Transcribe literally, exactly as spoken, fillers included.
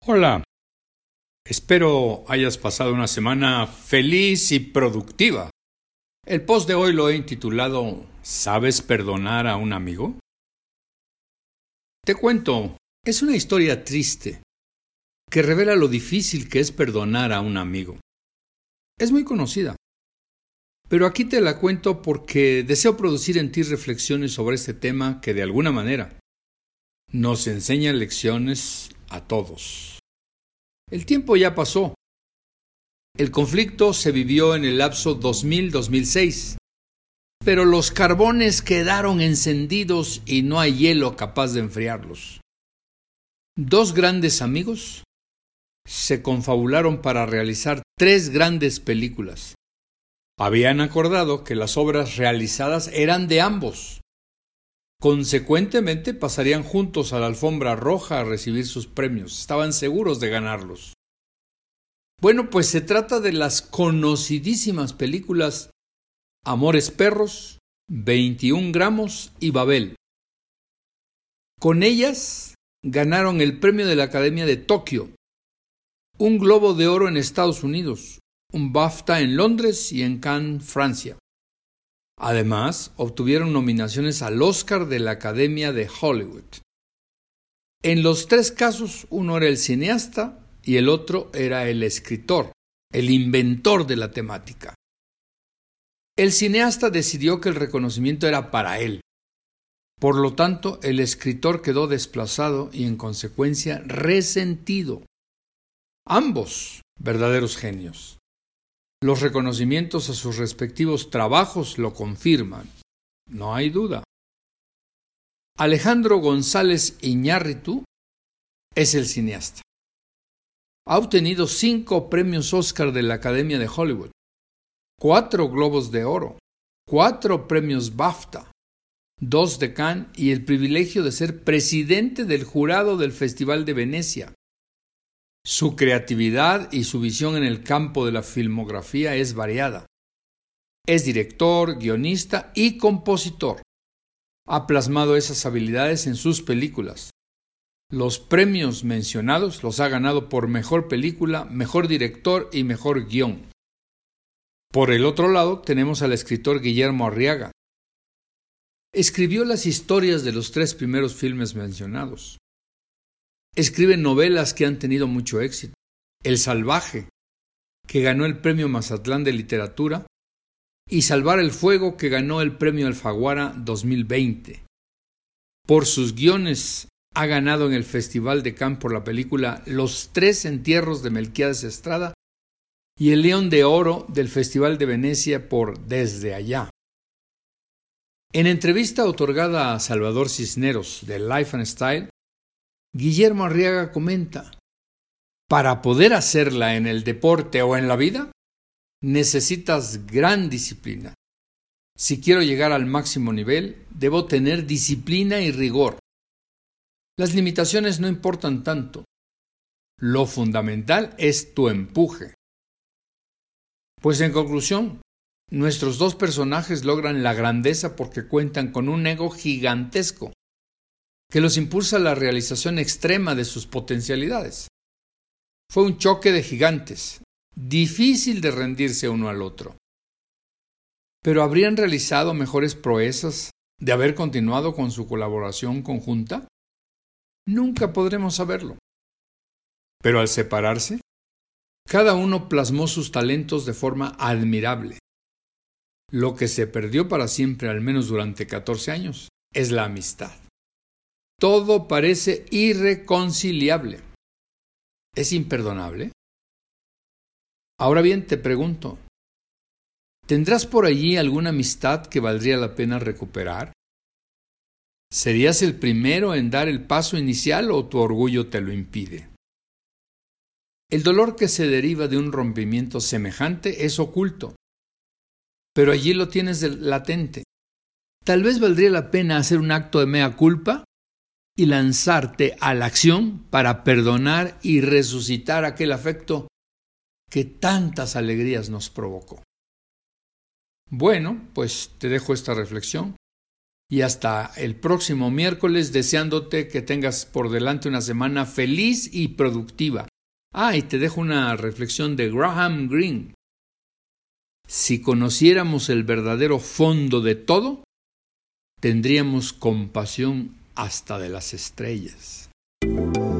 Hola, espero hayas pasado una semana feliz y productiva. El post de hoy lo he intitulado ¿Sabes perdonar a un amigo? Te cuento, es una historia triste que revela lo difícil que es perdonar a un amigo. Es muy conocida, pero aquí te la cuento porque deseo producir en ti reflexiones sobre este tema que de alguna manera nos enseña lecciones a todos. El tiempo ya pasó. El conflicto se vivió en el lapso dos mil a dos mil seis, pero los carbones quedaron encendidos y no hay hielo capaz de enfriarlos. Dos grandes amigos se confabularon para realizar tres grandes películas. Habían acordado que las obras realizadas eran de ambos. Consecuentemente pasarían juntos a la alfombra roja a recibir sus premios. Estaban seguros de ganarlos. Bueno, pues se trata de las conocidísimas películas Amores Perros, veintiún gramos y Babel. Con ellas ganaron el premio de la Academia de Tokio, un Globo de Oro en Estados Unidos, un BAFTA en Londres y en Cannes, Francia. Además, obtuvieron nominaciones al Oscar de la Academia de Hollywood. En los tres casos, uno era el cineasta y el otro era el escritor, el inventor de la temática. El cineasta decidió que el reconocimiento era para él. Por lo tanto, el escritor quedó desplazado y, en consecuencia, resentido. Ambos, verdaderos genios. Los reconocimientos a sus respectivos trabajos lo confirman, no hay duda. Alejandro González Iñárritu es el cineasta. Ha obtenido cinco premios Oscar de la Academia de Hollywood, cuatro Globos de Oro, cuatro premios BAFTA, dos de Cannes y el privilegio de ser presidente del jurado del Festival de Venecia. Su creatividad y su visión en el campo de la filmografía es variada. Es director, guionista y compositor. Ha plasmado esas habilidades en sus películas. Los premios mencionados los ha ganado por mejor película, mejor director y mejor guión. Por el otro lado tenemos al escritor Guillermo Arriaga. Escribió las historias de los tres primeros filmes mencionados. Escribe novelas que han tenido mucho éxito. El Salvaje, que ganó el Premio Mazatlán de Literatura, y Salvar el Fuego, que ganó el Premio Alfaguara dos mil veinte. Por sus guiones ha ganado en el Festival de Cannes por la película Los Tres Entierros de Melquiades Estrada y el León de Oro del Festival de Venecia por Desde Allá. En entrevista otorgada a Salvador Cisneros de Life and Style, Guillermo Arriaga comenta: para poder hacerla en el deporte o en la vida, necesitas gran disciplina. Si quiero llegar al máximo nivel, debo tener disciplina y rigor. Las limitaciones no importan tanto. Lo fundamental es tu empuje. Pues en conclusión, nuestros dos personajes logran la grandeza porque cuentan con un ego gigantesco que los impulsa a la realización extrema de sus potencialidades. Fue un choque de gigantes, difícil de rendirse uno al otro. ¿Pero habrían realizado mejores proezas de haber continuado con su colaboración conjunta? Nunca podremos saberlo. Pero al separarse, cada uno plasmó sus talentos de forma admirable. Lo que se perdió para siempre, al menos durante catorce años, es la amistad. Todo parece irreconciliable. ¿Es imperdonable? Ahora bien, te pregunto, ¿tendrás por allí alguna amistad que valdría la pena recuperar? ¿Serías el primero en dar el paso inicial o tu orgullo te lo impide? El dolor que se deriva de un rompimiento semejante es oculto, pero allí lo tienes latente. Tal vez valdría la pena hacer un acto de mea culpa y lanzarte a la acción para perdonar y resucitar aquel afecto que tantas alegrías nos provocó. Bueno, pues te dejo esta reflexión. Y hasta el próximo miércoles, deseándote que tengas por delante una semana feliz y productiva. Ah, y te dejo una reflexión de Graham Greene. Si conociéramos el verdadero fondo de todo, tendríamos compasión hasta de las estrellas.